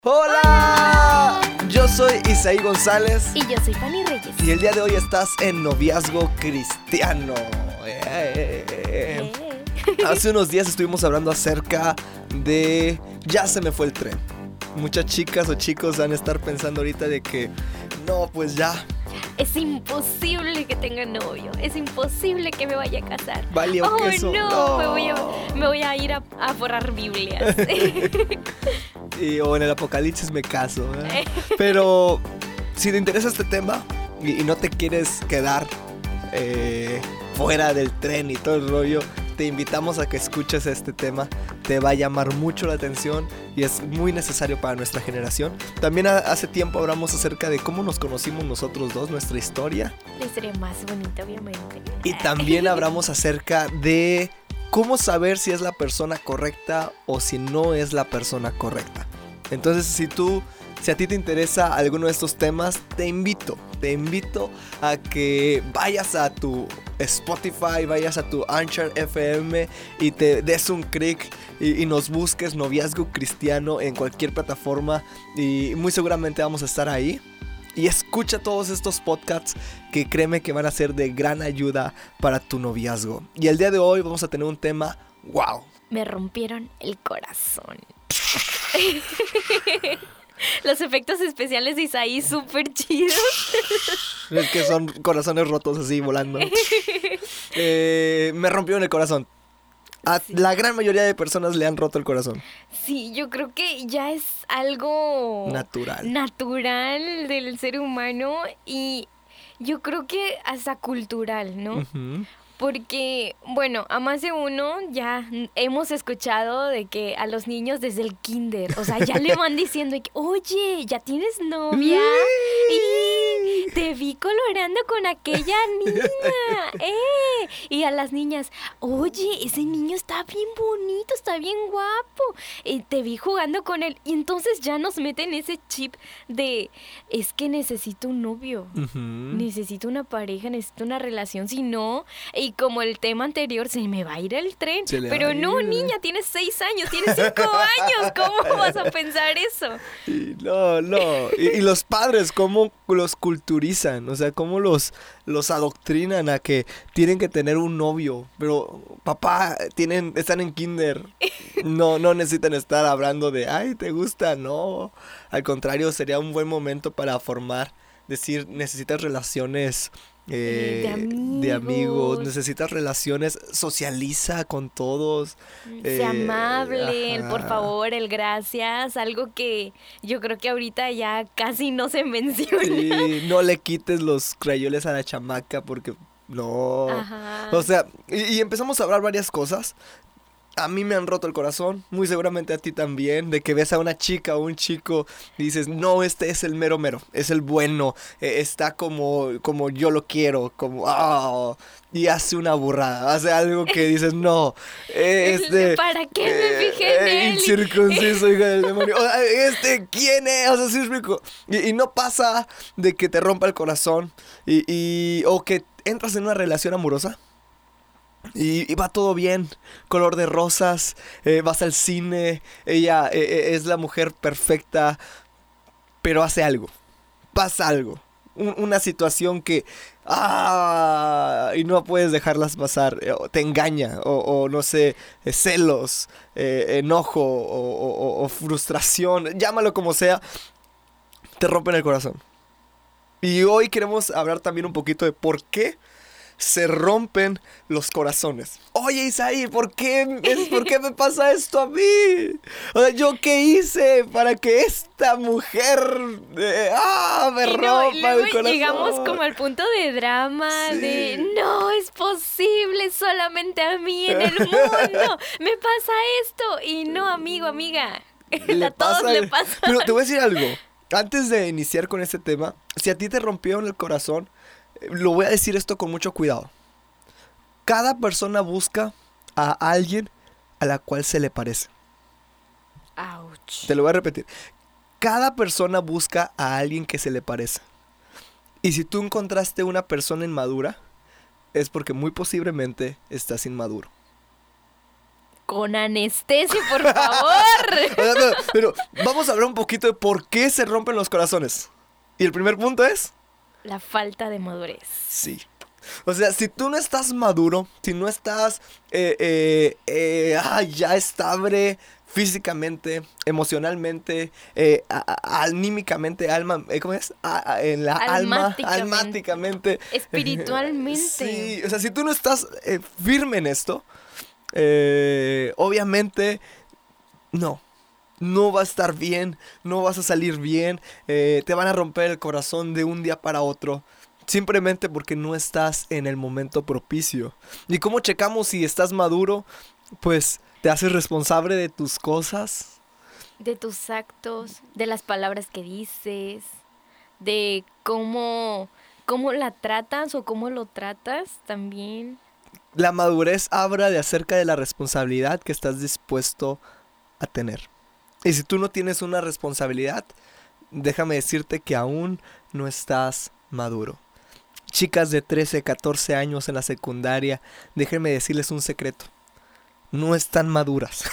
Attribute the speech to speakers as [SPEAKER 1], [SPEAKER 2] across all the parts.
[SPEAKER 1] ¡Hola! Yo soy Isaí González.
[SPEAKER 2] Y yo soy Fanny Reyes.
[SPEAKER 1] Y el día de hoy estás en Noviazgo Cristiano. Hace unos días estuvimos hablando acerca de ya se me fue el tren. Muchas chicas o chicos van a estar pensando ahorita de que no, pues ya.
[SPEAKER 2] Es imposible que tenga novio. Es imposible que me vaya a casar.
[SPEAKER 1] Valió queso.
[SPEAKER 2] No. Me voy a ir a forrar Biblias.
[SPEAKER 1] O en el Apocalipsis me caso, ¿eh? Pero si te interesa este tema y no te quieres quedar fuera del tren y todo el rollo, te invitamos a que escuches este tema. Te va a llamar mucho la atención y es muy necesario para nuestra generación. También hace tiempo hablamos acerca de cómo nos conocimos nosotros dos, nuestra historia.
[SPEAKER 2] La historia más bonita, obviamente.
[SPEAKER 1] Y también hablamos acerca de cómo saber si es la persona correcta o si no es la persona correcta. Entonces, si a ti te interesa alguno de estos temas, te invito a que vayas a tu Spotify, vayas a tu Anchor FM y te des un clic y nos busques Noviazgo Cristiano en cualquier plataforma y muy seguramente vamos a estar ahí. Y escucha todos estos podcasts que créeme que van a ser de gran ayuda para tu noviazgo. Y el día de hoy vamos a tener un tema, wow.
[SPEAKER 2] Me rompieron el corazón. Los efectos especiales de Isaí súper chidos.
[SPEAKER 1] Es que son corazones rotos así volando. Me rompieron el corazón. A la gran mayoría de personas le han roto el corazón.
[SPEAKER 2] Sí, yo creo que ya es algo natural del ser humano y yo creo que hasta cultural, ¿no? Uh-huh. Porque, bueno, a más de uno ya hemos escuchado de que a los niños desde el kinder, o sea, ya le van diciendo que, oye, ¿ya tienes novia? Y te vi coloreando con aquella niña, Y a las niñas, oye, ese niño está bien bonito, está bien guapo, te vi jugando con él. Y entonces ya nos meten ese chip de, es que necesito un novio, necesito una pareja, necesito una relación, si no... Y como el tema anterior, se me va a ir el tren. Pero no, niña, tienes 6 años, tienes 5 años. ¿Cómo vas a pensar eso?
[SPEAKER 1] No. Y los padres, ¿cómo los culturizan? O sea, ¿cómo los adoctrinan a que tienen que tener un novio? Pero, papá, están en kinder. No necesitan estar hablando de, ay, ¿te gusta? No. Al contrario, sería un buen momento para formar. Decir, necesitas relaciones... de amigos, necesitas relaciones, socializa con todos.
[SPEAKER 2] Sea amable, el por favor, el gracias, algo que yo creo que ahorita ya casi no se menciona.
[SPEAKER 1] Sí, no le quites los crayoles a la chamaca porque no. Ajá. O sea, y empezamos a hablar varias cosas. A mí me han roto el corazón, muy seguramente a ti también, de que ves a una chica o un chico y dices, no, este es el mero, es el bueno, está como yo lo quiero, y hace una burrada, hace algo que dices, no,
[SPEAKER 2] ¿para qué me fijé en él?
[SPEAKER 1] Incircunciso, hija del demonio, ¿quién es? O sea, sí explico, y no pasa de que te rompa el corazón, o que entras en una relación amorosa. Y va todo bien, color de rosas, vas al cine, ella es la mujer perfecta, pero hace algo, pasa algo, una situación que, y no puedes dejarlas pasar, te engaña, o no sé, celos, enojo, o frustración, llámalo como sea, te rompen el corazón. Y hoy queremos hablar también un poquito de por qué se rompen los corazones. Oye, Isaí, ¿por qué me pasa esto a mí? O sea, ¿yo qué hice para que esta mujer me rompa el corazón?
[SPEAKER 2] Llegamos como al punto de drama, sí. De no es posible, solamente a mí en el mundo me pasa esto. Y no, amigo, amiga, a todos le pasa.
[SPEAKER 1] Pero te voy a decir algo. Antes de iniciar con este tema, si a ti te rompieron el corazón, lo voy a decir esto con mucho cuidado. Cada persona busca a alguien a la cual se le parece.
[SPEAKER 2] Ouch.
[SPEAKER 1] Te lo voy a repetir. Cada persona busca a alguien que se le parece. Y si tú encontraste una persona inmadura, es porque muy posiblemente estás inmaduro.
[SPEAKER 2] Con anestesia, por favor.
[SPEAKER 1] Pero vamos a hablar un poquito de por qué se rompen los corazones. Y el primer punto es...
[SPEAKER 2] la falta de madurez.
[SPEAKER 1] Sí. O sea, si tú no estás maduro, si no estás ya estable físicamente, emocionalmente, anímicamente, ¿cómo es? En la almáticamente.
[SPEAKER 2] Espiritualmente.
[SPEAKER 1] Sí, o sea, si tú no estás firme en esto, obviamente no va a estar bien, no vas a salir bien, te van a romper el corazón de un día para otro. Simplemente porque no estás en el momento propicio. ¿Y cómo checamos si estás maduro? Pues te haces responsable de tus cosas.
[SPEAKER 2] De tus actos, de las palabras que dices, de cómo la tratas o cómo lo tratas también.
[SPEAKER 1] La madurez habla de acerca de la responsabilidad que estás dispuesto a tener. Y si tú no tienes una responsabilidad, déjame decirte que aún no estás maduro. Chicas de 13, 14 años en la secundaria, déjenme decirles un secreto. No están maduras.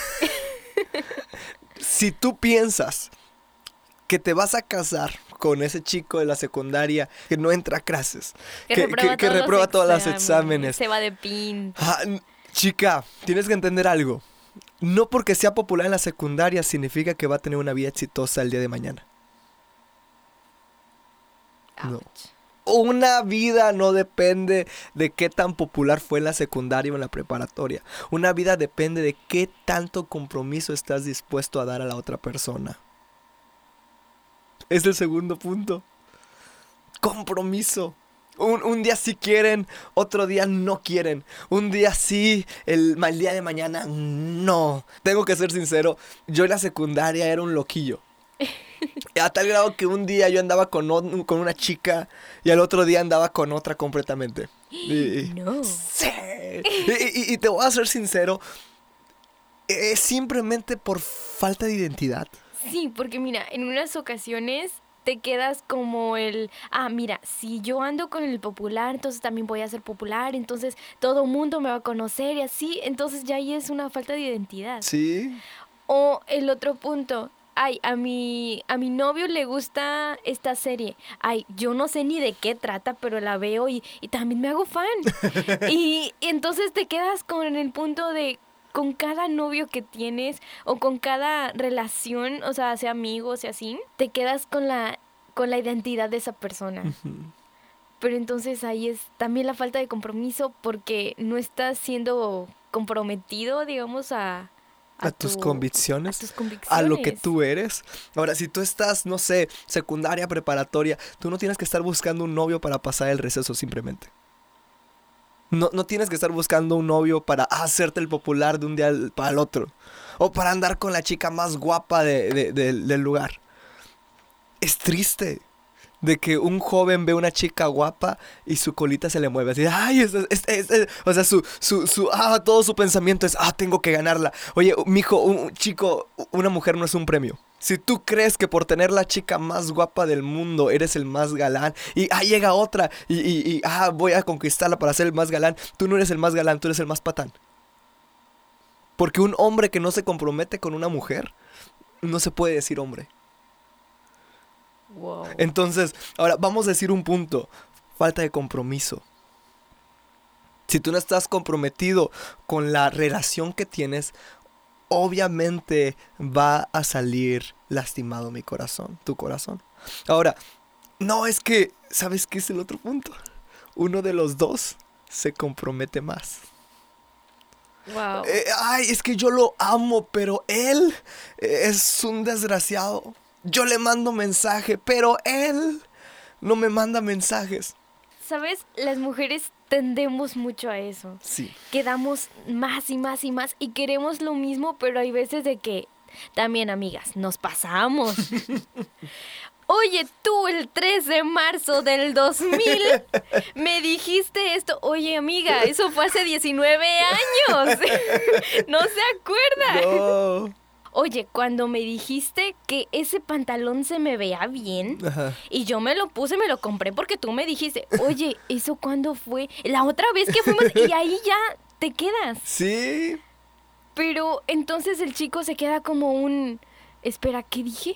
[SPEAKER 1] Si tú piensas que te vas a casar con ese chico de la secundaria que no entra a clases, que reprueba todos los exámenes,
[SPEAKER 2] se va de pinta.
[SPEAKER 1] Chica, tienes que entender algo. No porque sea popular en la secundaria significa que va a tener una vida exitosa el día de mañana.
[SPEAKER 2] Ouch.
[SPEAKER 1] No. Una vida no depende de qué tan popular fue en la secundaria o en la preparatoria. Una vida depende de qué tanto compromiso estás dispuesto a dar a la otra persona. Es el segundo punto. Compromiso. Un día sí quieren, otro día no quieren. Un día sí, el día de mañana no. Tengo que ser sincero, yo en la secundaria era un loquillo. A tal grado que un día yo andaba con una chica y al otro día andaba con otra completamente.
[SPEAKER 2] No.
[SPEAKER 1] Sí. Y te voy a ser sincero, es simplemente por falta de identidad.
[SPEAKER 2] Sí, porque mira, en unas ocasiones te quedas como mira, si yo ando con el popular, entonces también voy a ser popular, entonces todo mundo me va a conocer y así, entonces ya ahí es una falta de identidad.
[SPEAKER 1] Sí.
[SPEAKER 2] O el otro punto, a mi novio le gusta esta serie. Yo no sé ni de qué trata, pero la veo y también me hago fan. y entonces te quedas con el punto de, con cada novio que tienes o con cada relación, o sea amigos y así, te quedas con la identidad de esa persona.
[SPEAKER 1] Uh-huh.
[SPEAKER 2] Pero entonces ahí es también la falta de compromiso porque no estás siendo comprometido, digamos, a
[SPEAKER 1] tus convicciones,
[SPEAKER 2] a tus convicciones,
[SPEAKER 1] a lo que tú eres. Ahora, si tú estás, no sé, secundaria, preparatoria, tú no tienes que estar buscando un novio para pasar el receso simplemente. No tienes que estar buscando un novio para hacerte el popular de un día para el otro. O para andar con la chica más guapa del lugar. Es triste de que un joven ve una chica guapa y su colita se le mueve así, ay, o sea, todo su pensamiento es, tengo que ganarla. Oye, mijo, un chico, una mujer no es un premio. Si tú crees que por tener la chica más guapa del mundo eres el más galán y llega otra y voy a conquistarla para ser el más galán, tú no eres el más galán, tú eres el más patán. Porque un hombre que no se compromete con una mujer no se puede decir hombre.
[SPEAKER 2] Wow.
[SPEAKER 1] Entonces, ahora vamos a decir un punto. Falta de compromiso. Si tú no estás comprometido con la relación que tienes, obviamente va a salir lastimado tu corazón. Ahora, no es que, ¿sabes qué es el otro punto? Uno de los dos se compromete más.
[SPEAKER 2] Wow.
[SPEAKER 1] Es que yo lo amo, pero él es un desgraciado. Yo le mando mensaje, pero él no me manda mensajes.
[SPEAKER 2] ¿Sabes? Las mujeres tendemos mucho a eso.
[SPEAKER 1] Sí.
[SPEAKER 2] Quedamos más y más y más y queremos lo mismo, pero hay veces de que también, amigas, nos pasamos. Oye, tú el 3 de marzo del 2000 me dijiste esto. Oye, amiga, eso fue hace 19 años. ¿No se acuerda?
[SPEAKER 1] No.
[SPEAKER 2] Oye, cuando me dijiste que ese pantalón se me veía bien, ajá, y yo me lo puse, me lo compré porque tú me dijiste, oye, ¿eso cuándo fue? La otra vez que fuimos y ahí ya te quedas.
[SPEAKER 1] Sí.
[SPEAKER 2] Pero entonces el chico se queda como un... Espera, ¿qué dije?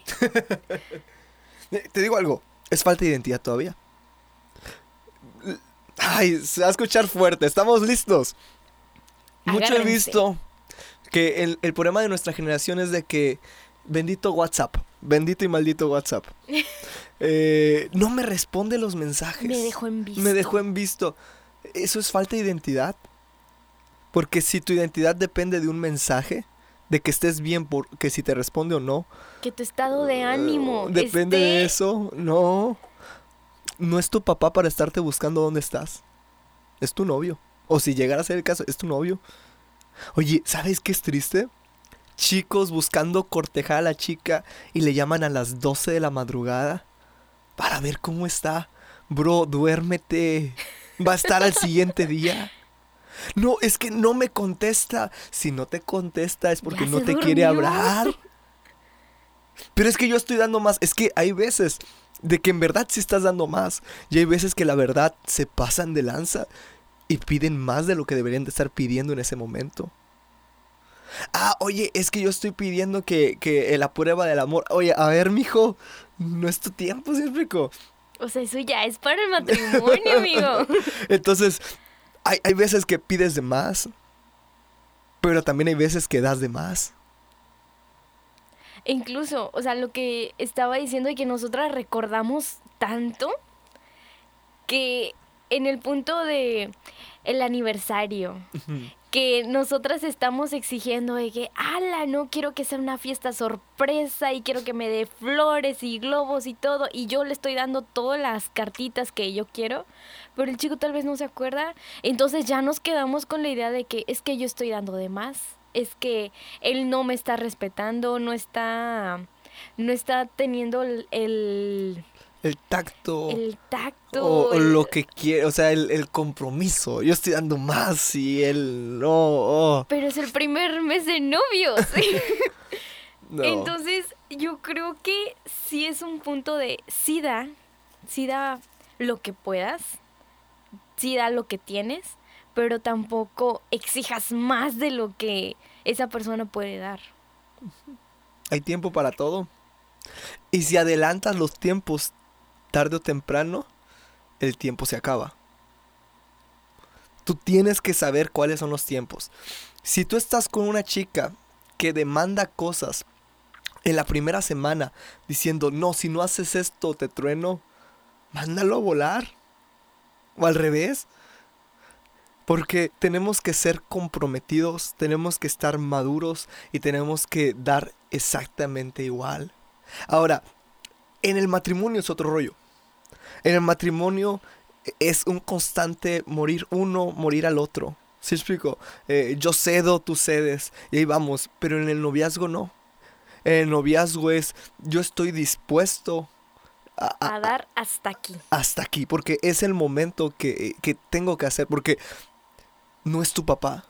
[SPEAKER 1] Te digo algo, es falta de identidad todavía. Ay, se va a escuchar fuerte, ¿estamos listos? Mucho he visto que el problema de nuestra generación es de que bendito WhatsApp, bendito y maldito WhatsApp. No me responde los mensajes.
[SPEAKER 2] Me dejó en visto.
[SPEAKER 1] Me dejó en visto. ¿Eso es falta de identidad? Porque si tu identidad depende de un mensaje, de que estés bien, porque si te responde o no.
[SPEAKER 2] Que tu estado de ánimo
[SPEAKER 1] depende de eso. No. No es tu papá para estarte buscando dónde estás. Es tu novio. O si llegara a ser el caso, es tu novio. Oye, ¿sabes qué es triste? Chicos buscando cortejar a la chica y le llaman a las 12 de la madrugada para ver cómo está. Bro, duérmete. Va a estar al siguiente día. No, es que no me contesta. Si no te contesta es porque no te quiere hablar. Pero es que yo estoy dando más. Es que hay veces de que en verdad sí estás dando más. Y hay veces que la verdad se pasan de lanza y piden más de lo que deberían de estar pidiendo en ese momento. Ah, oye, es que yo estoy pidiendo que la prueba del amor. Oye, a ver, mijo, no es tu tiempo, ¿sí me explico?
[SPEAKER 2] O sea, eso ya es para el matrimonio, amigo.
[SPEAKER 1] Entonces, hay veces que pides de más, pero también hay veces que das de más.
[SPEAKER 2] E incluso, o sea, lo que estaba diciendo es que nosotras recordamos tanto que en el punto de el aniversario, que nosotras estamos exigiendo de que, ala, no quiero que sea una fiesta sorpresa y quiero que me dé flores y globos y todo, y yo le estoy dando todas las cartitas que yo quiero, pero el chico tal vez no se acuerda, entonces ya nos quedamos con la idea de que es que yo estoy dando de más, es que él no me está respetando, no está teniendo el
[SPEAKER 1] tacto.
[SPEAKER 2] El tacto.
[SPEAKER 1] O lo que quiere, o sea, el compromiso. Yo estoy dando más y él no. Oh.
[SPEAKER 2] Pero es el primer mes de novios.
[SPEAKER 1] No.
[SPEAKER 2] Entonces, yo creo que sí es un punto de sí da lo que puedas, sí da lo que tienes, pero tampoco exijas más de lo que esa persona puede dar.
[SPEAKER 1] Hay tiempo para todo. Y si adelantas los tiempos, tarde o temprano, el tiempo se acaba. Tú tienes que saber cuáles son los tiempos. Si tú estás con una chica que demanda cosas en la primera semana, diciendo, no, si no haces esto, te trueno, mándalo a volar. O al revés. Porque tenemos que ser comprometidos, tenemos que estar maduros y tenemos que dar exactamente igual. Ahora, en el matrimonio es otro rollo. En el matrimonio es un constante morir uno, morir al otro. ¿Sí explico? Yo cedo, tú cedes y ahí vamos. Pero en el noviazgo no. En el noviazgo es yo estoy dispuesto
[SPEAKER 2] a dar hasta aquí.
[SPEAKER 1] Hasta aquí, porque es el momento que tengo que hacer. Porque no es tu papá.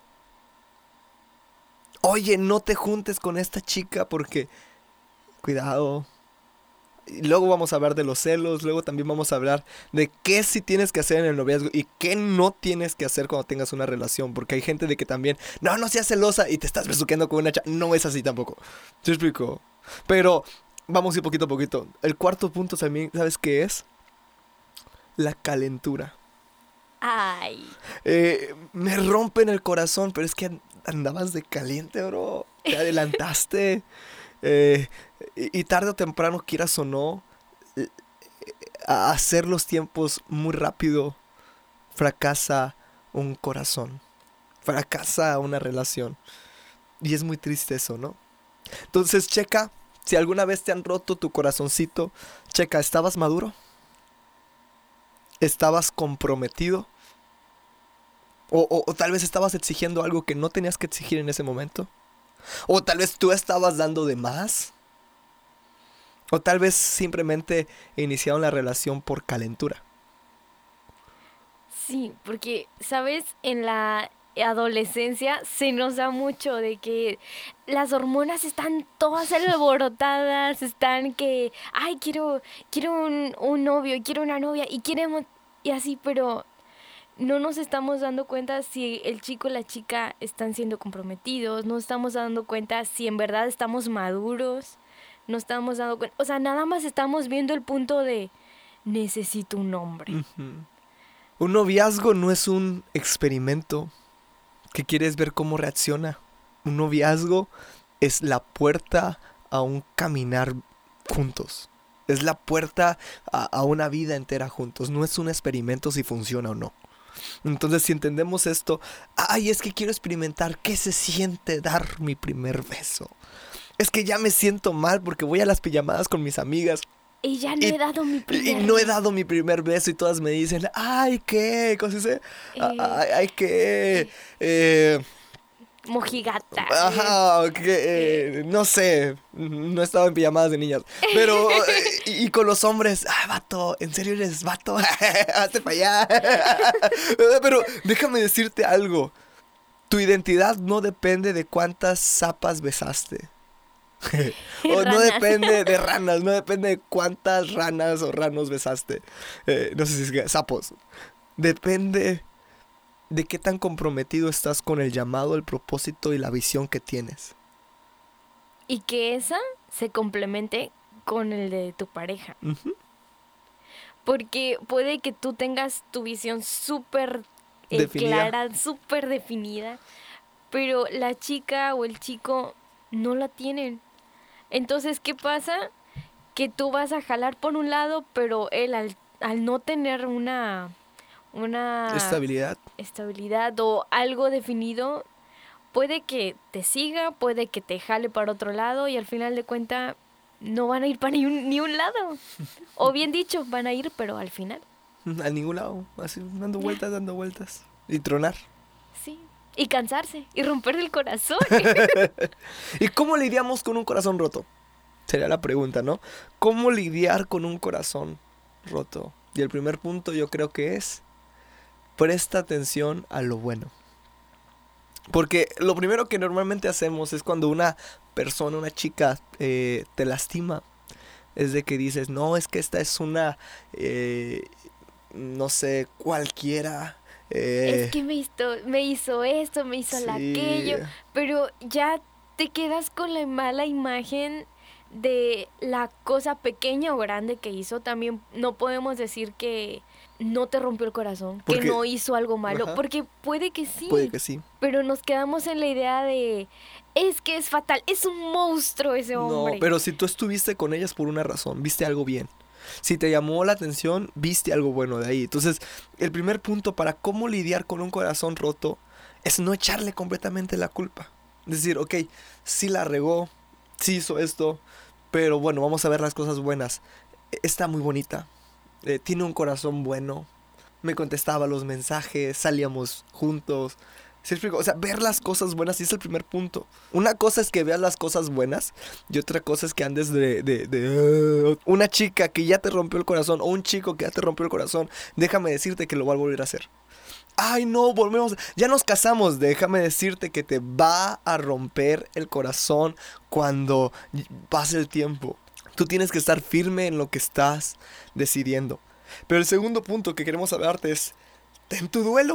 [SPEAKER 1] Oye, no te juntes con esta chica porque... Cuidado. Y luego vamos a hablar de los celos, luego también vamos a hablar de qué sí tienes que hacer en el noviazgo y qué no tienes que hacer cuando tengas una relación, porque hay gente de que también, no seas celosa y te estás besuqueando con una no es así tampoco, ¿te explico? Pero vamos a ir poquito a poquito. El cuarto punto también, ¿sabes qué es? La calentura.
[SPEAKER 2] Ay.
[SPEAKER 1] Me rompen el corazón, pero es que andabas de caliente, bro, te adelantaste. Y tarde o temprano, quieras o no, a hacer los tiempos muy rápido, fracasa un corazón, fracasa una relación. Y es muy triste eso, ¿no? Entonces, checa, si alguna vez te han roto tu corazoncito, checa, ¿estabas maduro? ¿Estabas comprometido? O tal vez estabas exigiendo algo que no tenías que exigir en ese momento. O tal vez tú estabas dando de más. O tal vez simplemente iniciaron la relación por calentura.
[SPEAKER 2] Sí, porque, ¿sabes? En la adolescencia se nos da mucho de que las hormonas están todas alborotadas, están que, quiero un novio, quiero una novia y queremos, y así, pero no nos estamos dando cuenta si el chico o la chica están siendo comprometidos, no estamos dando cuenta si en verdad estamos maduros, no estamos dando cuenta, o sea, nada más estamos viendo el punto de necesito un hombre.
[SPEAKER 1] Uh-huh. Un noviazgo no es un experimento que quieres ver cómo reacciona. Un noviazgo es la puerta a un caminar juntos. Es la puerta a una vida entera juntos. No es un experimento si funciona o no. Entonces, si entendemos esto, es que quiero experimentar qué se siente dar mi primer beso. Es que ya me siento mal porque voy a las pijamadas con mis amigas.
[SPEAKER 2] Y ya no he dado mi primer beso.
[SPEAKER 1] Y no he dado mi primer beso y todas me dicen, ¿qué? ¿Cómo se dice? ¿Qué?
[SPEAKER 2] Mojigata.
[SPEAKER 1] Ajá, no sé, no he estado en pijamadas de niñas. Pero, y con los hombres, vato, ¿en serio eres vato? Hazte para allá. Pero déjame decirte algo. Tu identidad no depende de cuántas zapas besaste. O no depende de ranas, no depende de cuántas ranas o ranos besaste. No sé si es sapos. Depende de qué tan comprometido estás con el llamado, el propósito y la visión que tienes.
[SPEAKER 2] Y que esa se complemente con el de tu pareja.
[SPEAKER 1] Uh-huh.
[SPEAKER 2] Porque puede que tú tengas tu visión súper clara, súper definida, pero la chica o el chico no la tienen. Entonces, ¿qué pasa? Que tú vas a jalar por un lado, pero él al no tener una estabilidad o algo definido, puede que te siga, puede que te jale para otro lado y al final de cuentas no van a ir para ni un lado. O bien dicho, van a ir, pero al final.
[SPEAKER 1] A ningún lado, así dando vueltas y tronar.
[SPEAKER 2] Sí, y cansarse y romper el corazón.
[SPEAKER 1] ¿Y cómo lidiamos con un corazón roto? Sería la pregunta, ¿no? ¿Cómo lidiar con un corazón roto? Y el primer punto yo creo que es: presta atención a lo bueno. Porque lo primero que normalmente hacemos es cuando una persona, una chica te lastima, es de que dices, no, es que esta es una, no sé, cualquiera.
[SPEAKER 2] Es que me hizo esto, me hizo aquello, pero ya te quedas con la mala imagen de la cosa pequeña o grande que hizo. También no podemos decir que no te rompió el corazón, que no hizo algo malo, ajá, porque puede que sí, pero nos quedamos en la idea de, es que es fatal, es un monstruo ese hombre.
[SPEAKER 1] No, pero si tú estuviste con ellas por una razón, viste algo bien. Si te llamó la atención, viste algo bueno de ahí. Entonces, el primer punto para cómo lidiar con un corazón roto es no echarle completamente la culpa. Es decir, ok, sí la regó, sí hizo esto, pero bueno, vamos a ver las cosas buenas. Está muy bonita, tiene un corazón bueno, me contestaba los mensajes, salíamos juntos. ¿Sí explico? O sea, ver las cosas buenas, y es el primer punto. Una cosa es que veas las cosas buenas y otra cosa es que andes una chica que ya te rompió el corazón o un chico que ya te rompió el corazón. Déjame decirte que lo va a volver a hacer. Ay, no, volvemos, ya nos casamos. Déjame decirte que te va a romper el corazón cuando pase el tiempo. Tú tienes que estar firme en lo que estás decidiendo. Pero el segundo punto que queremos hablarte es: ten tu duelo.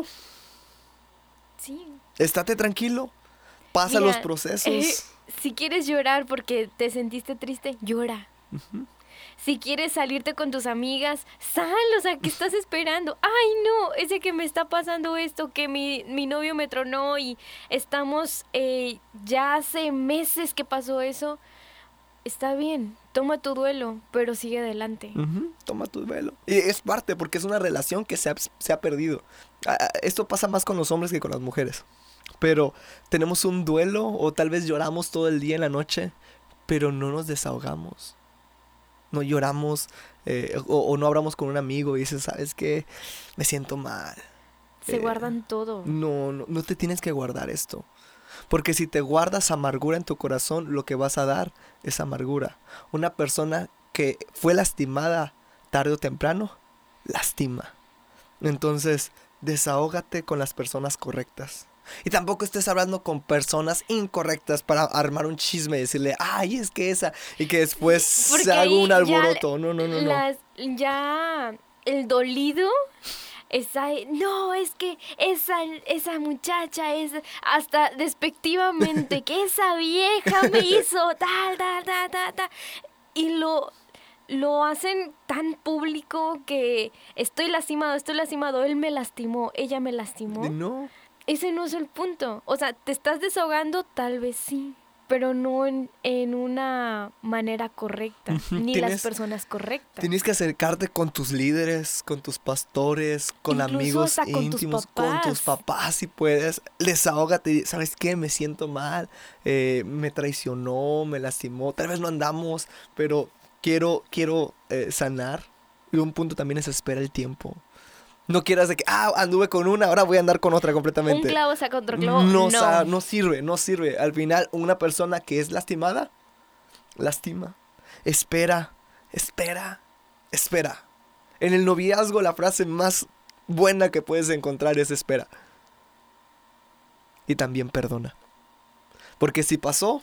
[SPEAKER 2] Sí.
[SPEAKER 1] Estate tranquilo. Pasa los procesos.
[SPEAKER 2] Si quieres llorar porque te sentiste triste, llora.
[SPEAKER 1] Uh-huh.
[SPEAKER 2] Si quieres salirte con tus amigas, sal, o sea, ¿qué estás esperando? Ay, no, es de que me está pasando esto, que mi novio me tronó y estamos, ya hace meses que pasó eso. Está bien, toma tu duelo, pero sigue adelante.
[SPEAKER 1] Uh-huh, toma tu duelo. Y es parte, porque es una relación que se ha perdido. Esto pasa más con los hombres que con las mujeres. Pero tenemos un duelo, o tal vez lloramos todo el día en la noche, pero no nos desahogamos. No lloramos, o no hablamos con un amigo y dices, ¿sabes qué? Me siento mal.
[SPEAKER 2] Se guardan todo.
[SPEAKER 1] No te tienes que guardar esto. Porque si te guardas amargura en tu corazón, lo que vas a dar es amargura. Una persona que fue lastimada tarde o temprano, lastima. Entonces, desahógate con las personas correctas. Y tampoco estés hablando con personas incorrectas para armar un chisme y decirle, ay, es que esa, y que después se haga un alboroto. No.
[SPEAKER 2] Ya el dolido no, es que esa muchacha es hasta despectivamente, que esa vieja me hizo tal. Y lo hacen tan público que estoy lastimado, él me lastimó, ella me lastimó.
[SPEAKER 1] No.
[SPEAKER 2] Ese no es el punto. O sea, ¿te estás desahogando? Tal vez sí, pero no en una manera correcta, ni las personas correctas.
[SPEAKER 1] Tienes que acercarte con tus líderes, con tus pastores, con incluso amigos íntimos, con tus papás si puedes. Desahógate, ¿sabes qué? Me siento mal, me traicionó, me lastimó, tal vez no andamos, pero quiero sanar. Y un punto también es espera el tiempo. No quieras de que, anduve con una, ahora voy a andar con otra completamente.
[SPEAKER 2] Un clavo saca otro clavo.
[SPEAKER 1] No sirve. Al final, una persona que es lastimada, lastima. Espera. En el noviazgo, la frase más buena que puedes encontrar es espera. Y también perdona. Porque si pasó.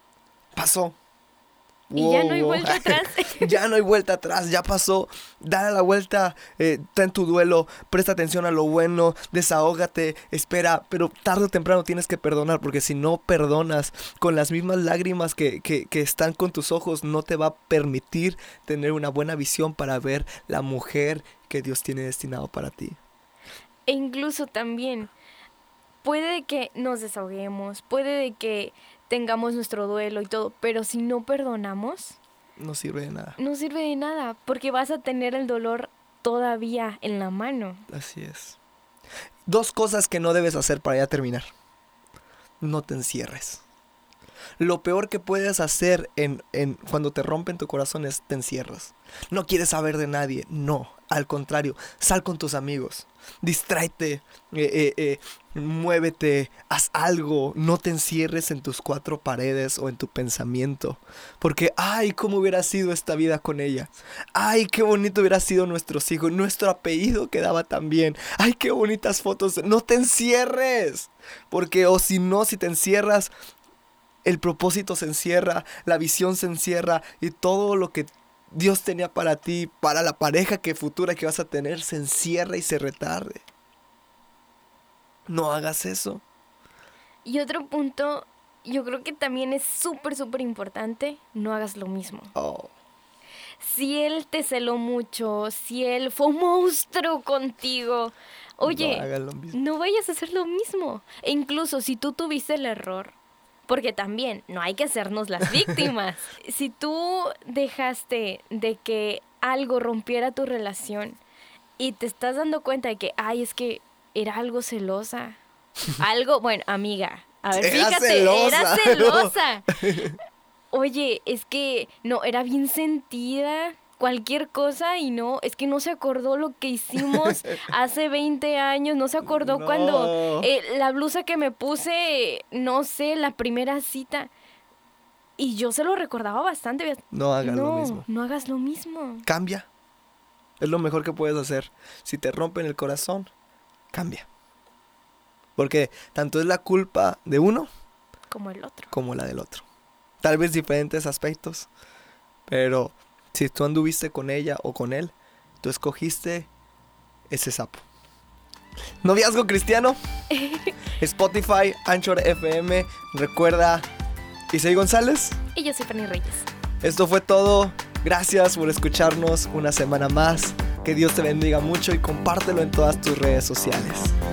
[SPEAKER 2] Y ya no hay vuelta atrás.
[SPEAKER 1] Ya no hay vuelta atrás, ya pasó. Dale la vuelta, ten tu duelo, presta atención a lo bueno, desahógate, espera. Pero tarde o temprano tienes que perdonar, porque si no perdonas con las mismas lágrimas que están con tus ojos, no te va a permitir tener una buena visión para ver la mujer que Dios tiene destinado para ti.
[SPEAKER 2] E incluso también puede que nos desahoguemos, puede que tengamos nuestro duelo y todo, pero si no perdonamos,
[SPEAKER 1] no sirve de nada.
[SPEAKER 2] No sirve de nada, porque vas a tener el dolor todavía en la mano.
[SPEAKER 1] Así es. 2 cosas que no debes hacer para ya terminar. No te encierres. Lo peor que puedes hacer cuando te rompen tu corazón es te encierras. No quieres saber de nadie. No, al contrario, sal con tus amigos. Distráete, muévete, haz algo. No te encierres en tus 4 paredes o en tu pensamiento. Porque, cómo hubiera sido esta vida con ella. Qué bonito hubiera sido nuestros hijos. Nuestro apellido quedaba tan bien. Qué bonitas fotos. No te encierres. Porque, si te encierras, el propósito se encierra, la visión se encierra y todo lo que Dios tenía para ti, para la pareja futura que vas a tener, se encierra y se retarde. No hagas eso.
[SPEAKER 2] Y otro punto, yo creo que también es súper importante, no hagas lo mismo. Si él te celó mucho, si él fue un monstruo contigo, oye, no vayas a hacer lo mismo. E incluso si tú tuviste el error, porque también no hay que hacernos las víctimas. Si tú dejaste de que algo rompiera tu relación y te estás dando cuenta de que, es que era algo celosa. Amiga, a ver, fíjate, era celosa. Oye, es que no, era bien sentida, cualquier cosa, y no, es que no se acordó lo que hicimos hace 20 años, no se acordó cuando la blusa que me puse, no sé, la primera cita. Y yo se lo recordaba bastante.
[SPEAKER 1] No hagas lo mismo.
[SPEAKER 2] No hagas lo mismo.
[SPEAKER 1] Cambia. Es lo mejor que puedes hacer. Si te rompen el corazón, cambia. Porque tanto es la culpa de uno
[SPEAKER 2] como el otro.
[SPEAKER 1] Como la del otro. Tal vez diferentes aspectos, pero si tú anduviste con ella o con él, tú escogiste ese sapo. Noviazgo Cristiano, Spotify, Anchor FM. Recuerda, Isaí González.
[SPEAKER 2] Y yo soy Fanny Reyes.
[SPEAKER 1] Esto fue todo. Gracias por escucharnos una semana más. Que Dios te bendiga mucho y compártelo en todas tus redes sociales.